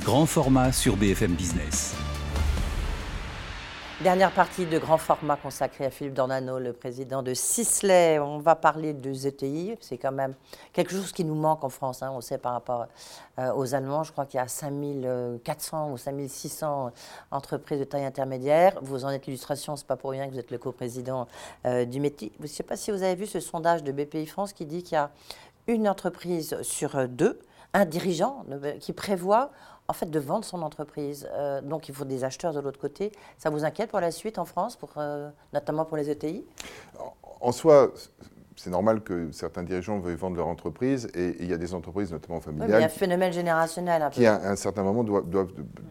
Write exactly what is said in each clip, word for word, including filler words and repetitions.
Grand format sur B F M Business. Dernière partie de grand format consacrée à Philippe Dornano, le président de Sisley. On va parler de Z T I. C'est quand même quelque chose qui nous manque en France. Hein. On sait par rapport euh, aux Allemands, je crois qu'il y a cinq mille quatre cents ou cinq mille six cents entreprises de taille intermédiaire. Vous en êtes l'illustration, c'est pas pour rien que vous êtes le coprésident euh, du métier. Je ne sais pas si vous avez vu ce sondage de B P I France qui dit qu'il y a une entreprise sur deux, un dirigeant qui prévoit en fait, de vendre son entreprise. Euh, donc, il faut des acheteurs de l'autre côté. Ça vous inquiète pour la suite en France, pour, euh, notamment pour les Z T I? En soi, c'est normal que certains dirigeants veuillent vendre leur entreprise et il y a des entreprises, notamment familiales, oui, mais il y a un phénomène générationnel un peu. Qui, à un certain moment, doivent, doivent,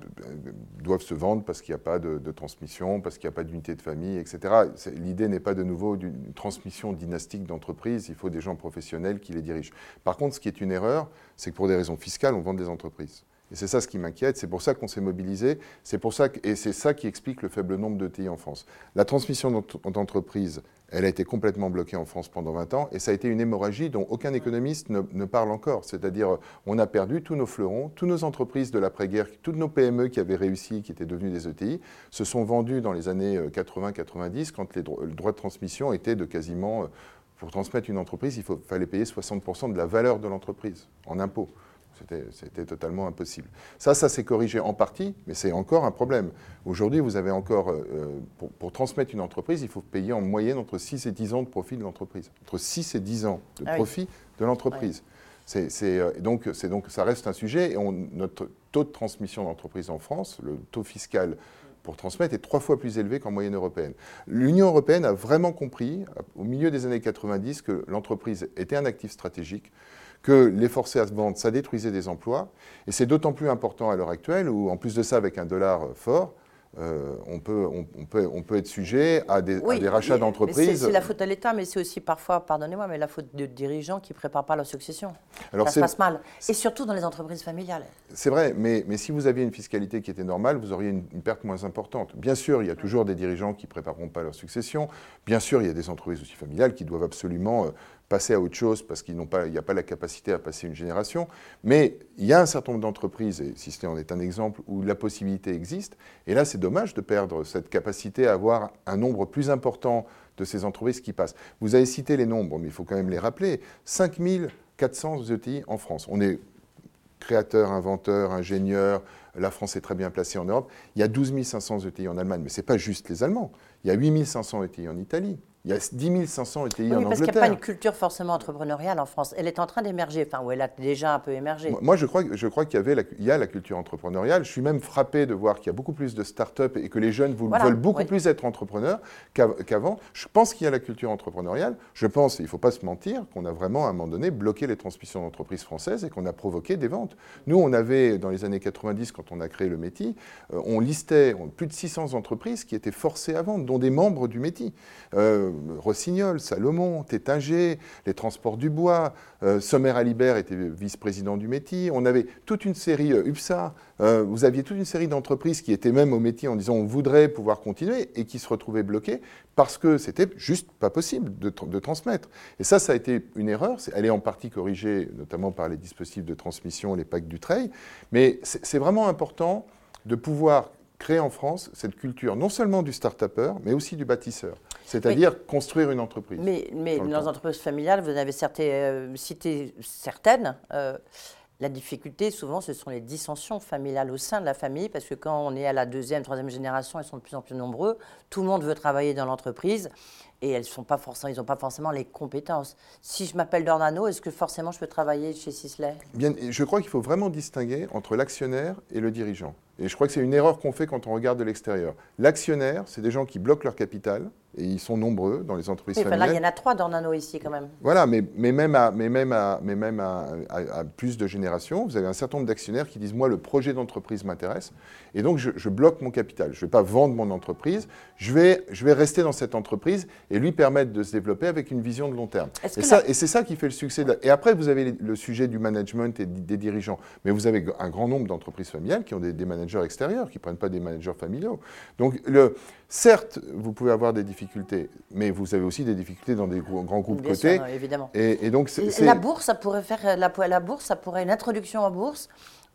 doivent se vendre parce qu'il n'y a pas de, de transmission, parce qu'il n'y a pas d'unité de famille, et cetera. L'idée n'est pas de nouveau d'une transmission dynastique d'entreprise. Il faut des gens professionnels qui les dirigent. Par contre, ce qui est une erreur, c'est que pour des raisons fiscales, on vend des entreprises. Et c'est ça ce qui m'inquiète, c'est pour ça qu'on s'est mobilisé, c'est pour ça que, et c'est ça qui explique le faible nombre de T I en France. La transmission d'entreprise, elle a été complètement bloquée en France pendant vingt ans, et ça a été une hémorragie dont aucun économiste ne, ne parle encore. C'est-à-dire, on a perdu tous nos fleurons, toutes nos entreprises de l'après-guerre, toutes nos P M E qui avaient réussi, qui étaient devenues des E T I, se sont vendues dans les années quatre-vingts quatre-vingt-dix, quand les dro- le droit de transmission était de quasiment, pour transmettre une entreprise, il faut, fallait payer soixante pour cent de la valeur de l'entreprise en impôts. C'était, c'était totalement impossible. Ça, ça s'est corrigé en partie, mais c'est encore un problème. Aujourd'hui, vous avez encore, euh, pour, pour transmettre une entreprise, il faut payer en moyenne entre six et dix ans de profit de l'entreprise. Entre six et dix ans de ah profit oui. de l'entreprise. Oui. C'est, c'est, euh, donc, c'est donc, ça reste un sujet. Et on, notre taux de transmission d'entreprise en France, le taux fiscal pour transmettre, est trois fois plus élevé qu'en moyenne européenne. L'Union européenne a vraiment compris, au milieu des années quatre-vingt-dix, que l'entreprise était un actif stratégique, que les forcer à se vendre, ça détruisait des emplois. Et c'est d'autant plus important à l'heure actuelle où, en plus de ça, avec un dollar fort, euh, on, peut, on, on, peut, on peut être sujet à des, oui, à des rachats d'entreprises. C'est la faute à l'État, mais c'est aussi parfois, pardonnez-moi, mais la faute de dirigeants qui ne préparent pas leur succession. Alors ça se passe mal. Et surtout dans les entreprises familiales. C'est vrai, mais, mais si vous aviez une fiscalité qui était normale, vous auriez une, une perte moins importante. Bien sûr, il y a toujours des dirigeants qui ne prépareront pas leur succession. Bien sûr, il y a des entreprises aussi familiales qui doivent absolument... Euh, passer à autre chose parce qu'il n'y a pas la capacité à passer une génération. Mais il y a un certain nombre d'entreprises, et Sisley en est un exemple, où la possibilité existe. Et là, c'est dommage de perdre cette capacité à avoir un nombre plus important de ces entreprises qui passent. Vous avez cité les nombres, mais il faut quand même les rappeler. cinq mille quatre cents E T I en France. On est créateurs, inventeurs, ingénieurs. La France est très bien placée en Europe. Il y a douze mille cinq cents E T I en Allemagne, mais ce n'est pas juste les Allemands. Il y a huit mille cinq cents E T I en Italie. Il y a dix mille cinq cents E T I oui, en parce Angleterre. Parce qu'il n'y a pas une culture forcément entrepreneuriale en France. Elle est en train d'émerger, enfin, ou elle a déjà un peu émergé. Moi, je crois, je crois qu'il y, avait la, il y a la culture entrepreneuriale. Je suis même frappé de voir qu'il y a beaucoup plus de start-up et que les jeunes vous, voilà, veulent beaucoup oui. plus être entrepreneurs qu'avant. Je pense qu'il y a la culture entrepreneuriale. Je pense, il ne faut pas se mentir, qu'on a vraiment, à un moment donné, bloqué les transmissions d'entreprises françaises et qu'on a provoqué des ventes. Nous, on avait, dans les années quatre-vingt-dix, quand on a créé le métier, euh, on listait plus de six cents entreprises qui étaient forcées à vendre, dont des membres du métier. Euh, Rossignol, Salomon, Tétinger, les transports du bois, euh, Sommer-Alibert était vice-président du métier. On avait toute une série, euh, U P S A, euh, vous aviez toute une série d'entreprises qui étaient même au métier en disant on voudrait pouvoir continuer et qui se retrouvaient bloquées parce que c'était juste pas possible de, de transmettre. Et ça, ça a été une erreur. Elle est en partie corrigée, notamment par les dispositifs de transmission, les packs Dutreil. Mais c'est vraiment important de pouvoir créer en France cette culture, non seulement du start-upper, mais aussi du bâtisseur. C'est-à-dire mais, construire une entreprise. Mais, mais dans, dans les entreprises familiales, vous en avez certaines, euh, cité certaines. Euh, la difficulté, souvent, ce sont les dissensions familiales au sein de la famille, parce que quand on est à la deuxième, troisième génération, ils sont de plus en plus nombreux. Tout le monde veut travailler dans l'entreprise et elles sont pas forcément, ils n'ont pas forcément les compétences. Si je m'appelle Dornano, est-ce que forcément je peux travailler chez Sisley? Bien, je crois qu'il faut vraiment distinguer entre l'actionnaire et le dirigeant. Et je crois que c'est une erreur qu'on fait quand on regarde de l'extérieur. L'actionnaire, c'est des gens qui bloquent leur capital, et ils sont nombreux dans les entreprises oui, familiales. Là, il y en a trois Dornano ici quand même. Voilà, mais, mais même, à, mais même, à, mais même à, à, à plus de générations, vous avez un certain nombre d'actionnaires qui disent « moi, le projet d'entreprise m'intéresse, et donc je, je bloque mon capital. Je ne vais pas vendre mon entreprise, je vais, je vais rester dans cette entreprise et lui permettre de se développer avec une vision de long terme. » Et, ça, la... et c'est ça qui fait le succès. De la... Et après, vous avez le sujet du management et des dirigeants. Mais vous avez un grand nombre d'entreprises familiales qui ont des, des managers extérieurs, qui ne prennent pas des managers familiaux. Donc, le... certes, vous pouvez avoir des difficultés, mais vous avez aussi des difficultés dans des gros, grands groupes Bien cotés. sûr, évidemment. Et, et donc, c'est, la bourse, ça pourrait faire la, la bourse, ça pourrait une introduction en bourse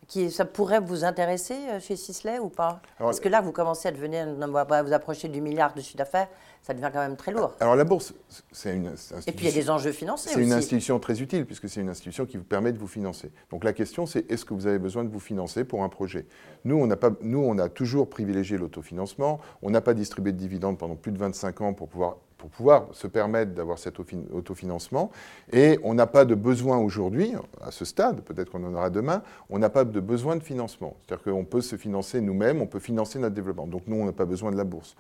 qui, ça pourrait vous intéresser chez Sisley ou pas? Alors, parce que là, vous commencez à devenir, vous approcher du milliard de chiffre d'affaires, ça devient quand même très lourd. Alors la bourse, c'est une institution... Et puis il y a des enjeux financiers aussi. C'est une institution aussi. très utile, puisque c'est une institution qui vous permet de vous financer. Donc la question, c'est est-ce que vous avez besoin de vous financer pour un projet? Nous, on n'a pas, nous, on a toujours privilégié l'autofinancement. On n'a pas distribué de dividendes pendant plus de vingt-cinq ans pour pouvoir... pour pouvoir se permettre d'avoir cet autofinancement. Et on n'a pas de besoin aujourd'hui, à ce stade, peut-être qu'on en aura demain, on n'a pas de besoin de financement. C'est-à-dire qu'on peut se financer nous-mêmes, on peut financer notre développement. Donc nous, on n'a pas besoin de la bourse.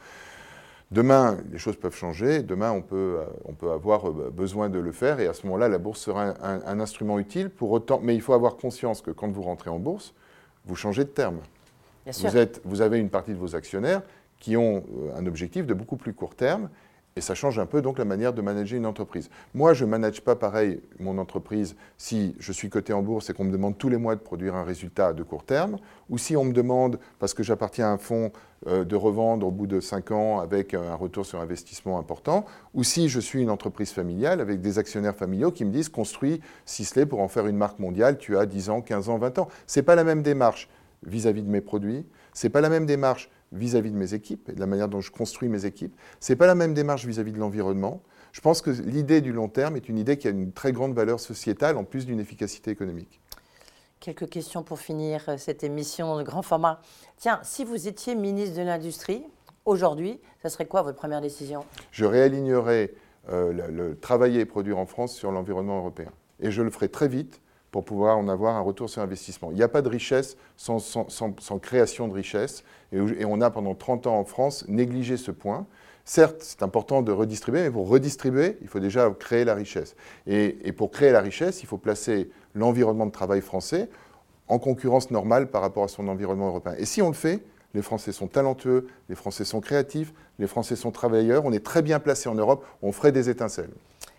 Demain, les choses peuvent changer. Demain, on peut, on peut avoir besoin de le faire. Et à ce moment-là, la bourse sera un, un, un instrument utile. Pour autant, mais il faut avoir conscience que quand vous rentrez en bourse, vous changez de terme. Bien sûr. Vous, êtes, vous avez une partie de vos actionnaires qui ont un objectif de beaucoup plus court terme. Et ça change un peu donc la manière de manager une entreprise. Moi, je ne manage pas pareil mon entreprise si je suis coté en bourse et qu'on me demande tous les mois de produire un résultat de court terme, ou si on me demande, parce que j'appartiens à un fonds, euh, de revendre au bout de cinq ans avec un retour sur investissement important, ou si je suis une entreprise familiale avec des actionnaires familiaux qui me disent « construis Sisley pour en faire une marque mondiale, tu as dix ans, quinze ans, vingt ans ». Ce n'est pas la même démarche vis-à-vis de mes produits, ce n'est pas la même démarche vis-à-vis de mes équipes et de la manière dont je construis mes équipes. Ce n'est pas la même démarche vis-à-vis de l'environnement. Je pense que l'idée du long terme est une idée qui a une très grande valeur sociétale en plus d'une efficacité économique. Quelques questions pour finir cette émission de grand format. Tiens, si vous étiez ministre de l'Industrie, aujourd'hui, ça serait quoi votre première décision? Je réalignerais euh, le, le travailler et produire en France sur l'environnement européen. Et je le ferai très vite pour pouvoir en avoir un retour sur investissement. Il n'y a pas de richesse sans, sans, sans, sans création de richesse. Et, et on a pendant trente ans en France négligé ce point. Certes, c'est important de redistribuer, mais pour redistribuer, il faut déjà créer la richesse. Et, et pour créer la richesse, il faut placer l'environnement de travail français en concurrence normale par rapport à son environnement européen. Et si on le fait, les Français sont talentueux, les Français sont créatifs, les Français sont travailleurs, on est très bien placé en Europe, on ferait des étincelles.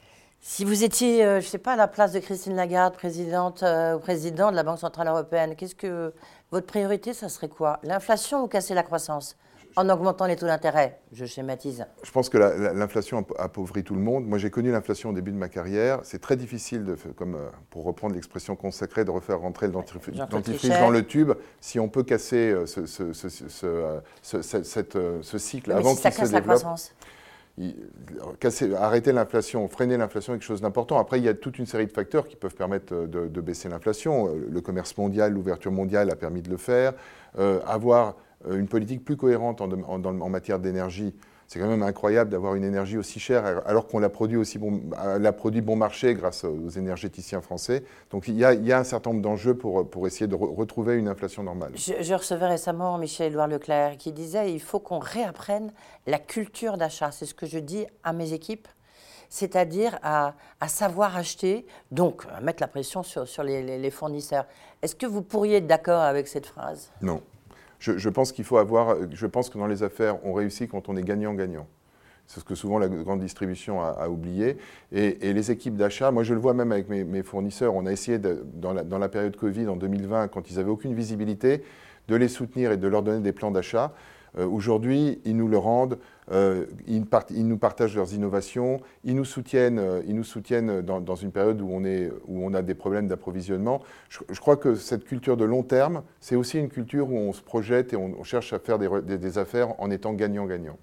Si vous étiez, euh, je ne sais pas, à la place de Christine Lagarde, présidente euh, ou président de la Banque Centrale Européenne, qu'est-ce que votre priorité, ça serait quoi? L'inflation ou casser la croissance? En augmentant les taux d'intérêt, je schématise. Je pense que l'inflation appauvrit tout le monde. Moi, j'ai connu l'inflation au début de ma carrière. C'est très difficile, de, comme, pour reprendre l'expression consacrée, de refaire rentrer le dentifrice, dentifrice dans le tube. Si on peut casser ce, ce, ce, ce, ce, ce, cette, ce cycle mais avant si qu'il se développe... La croissance. Il, casser, arrêter l'inflation, freiner l'inflation est quelque chose d'important. Après, il y a toute une série de facteurs qui peuvent permettre de, de baisser l'inflation. Le commerce mondial, l'ouverture mondiale a permis de le faire. Euh, avoir une politique plus cohérente en, en, en matière d'énergie. C'est quand même incroyable d'avoir une énergie aussi chère alors qu'on la produit aussi bon, la produit bon marché grâce aux énergéticiens français. Donc il y a, il y a un certain nombre d'enjeux pour, pour essayer de re retrouver une inflation normale. Je, je recevais récemment Michel-Édouard Leclerc qui disait qu'il faut qu'on réapprenne la culture d'achat. C'est ce que je dis à mes équipes, c'est-à-dire à, à savoir acheter, donc à mettre la pression sur, sur les, les, les fournisseurs. Est-ce que vous pourriez être d'accord avec cette phrase? Non. Je, je pense qu'il faut avoir, je pense que dans les affaires, on réussit quand on est gagnant-gagnant. C'est ce que souvent la grande distribution a, a oublié. Et, et les équipes d'achat, moi je le vois même avec mes, mes fournisseurs, on a essayé de, dans, la, dans la période Covid en deux mille vingt, quand ils n'avaient aucune visibilité, de les soutenir et de leur donner des plans d'achat. Euh, Aujourd'hui, ils nous le rendent, euh, ils, part, ils nous partagent leurs innovations, ils nous soutiennent, euh, ils nous soutiennent dans, dans une période où on, est, où on a des problèmes d'approvisionnement. Je, je crois que cette culture de long terme, c'est aussi une culture où on se projette et on, on cherche à faire des, des, des affaires en étant gagnant-gagnant.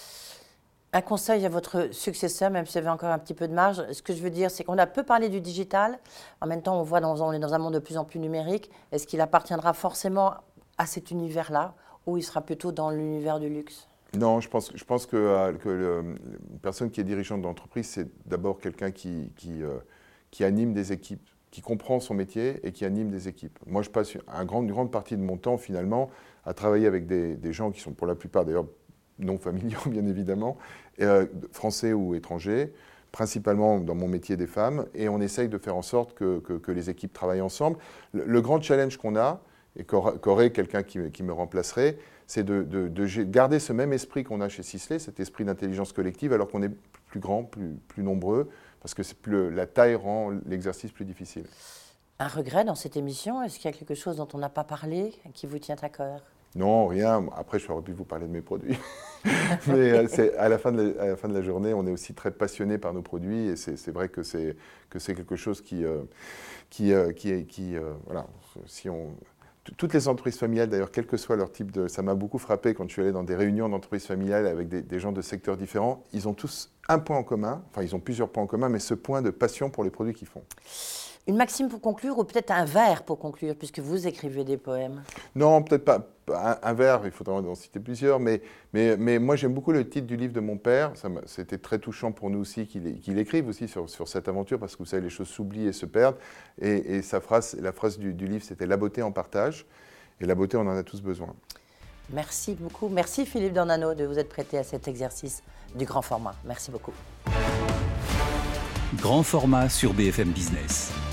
Un conseil à votre successeur, même si vous avez encore un petit peu de marge. Ce que je veux dire, c'est qu'on a peu parlé du digital. En même temps, on voit dans, on est dans un monde de plus en plus numérique. Est-ce qu'il appartiendra forcément à cet univers-là ou il sera plutôt dans l'univers du luxe? Non, je pense, je pense que, euh, que le, une personne qui est dirigeante d'entreprise, c'est d'abord quelqu'un qui, qui, euh, qui anime des équipes, qui comprend son métier et qui anime des équipes. Moi, je passe un grand, une grande partie de mon temps, finalement, à travailler avec des, des gens qui sont pour la plupart, d'ailleurs, non familiaux, bien évidemment, euh, français ou étrangers, principalement dans mon métier des femmes, et on essaye de faire en sorte que, que, que les équipes travaillent ensemble. Le, le grand challenge qu'on a, et qu'aurait quelqu'un qui, qui me remplacerait, c'est de, de, de garder ce même esprit qu'on a chez Sisley, cet esprit d'intelligence collective, alors qu'on est plus grand, plus, plus nombreux, parce que plus, la taille rend l'exercice plus difficile. Un regret dans cette émission? Est-ce qu'il y a quelque chose dont on n'a pas parlé qui vous tient à cœur? Non, rien. Après, j'aurais pu vous parler de mes produits. Mais c'est, à, la fin de la, à la fin de la journée, on est aussi très passionné par nos produits, et c'est vrai que c'est que c'est quelque chose qui, euh, qui, euh, qui, qui euh, voilà, si on toutes les entreprises familiales, d'ailleurs, quel que soit leur type de... Ça m'a beaucoup frappé quand je suis allé dans des réunions d'entreprises familiales avec des, des gens de secteurs différents. Ils ont tous un point en commun, enfin, ils ont plusieurs points en commun, mais ce point de passion pour les produits qu'ils font. Une maxime pour conclure ou peut-être un vers pour conclure, puisque vous écrivez des poèmes? Non, peut-être pas un, un vers, il faudra en citer plusieurs, mais, mais, mais moi j'aime beaucoup le titre du livre de mon père. C'était très touchant pour nous aussi qu'il qu'il écrive aussi sur, sur cette aventure, parce que vous savez, les choses s'oublient et se perdent. Et, et sa phrase, la phrase du, du livre, c'était « La beauté en partage ». Et la beauté, on en a tous besoin. Merci beaucoup. Merci Philippe Dornano de vous être prêté à cet exercice du grand format. Merci beaucoup. Grand format sur B F M Business.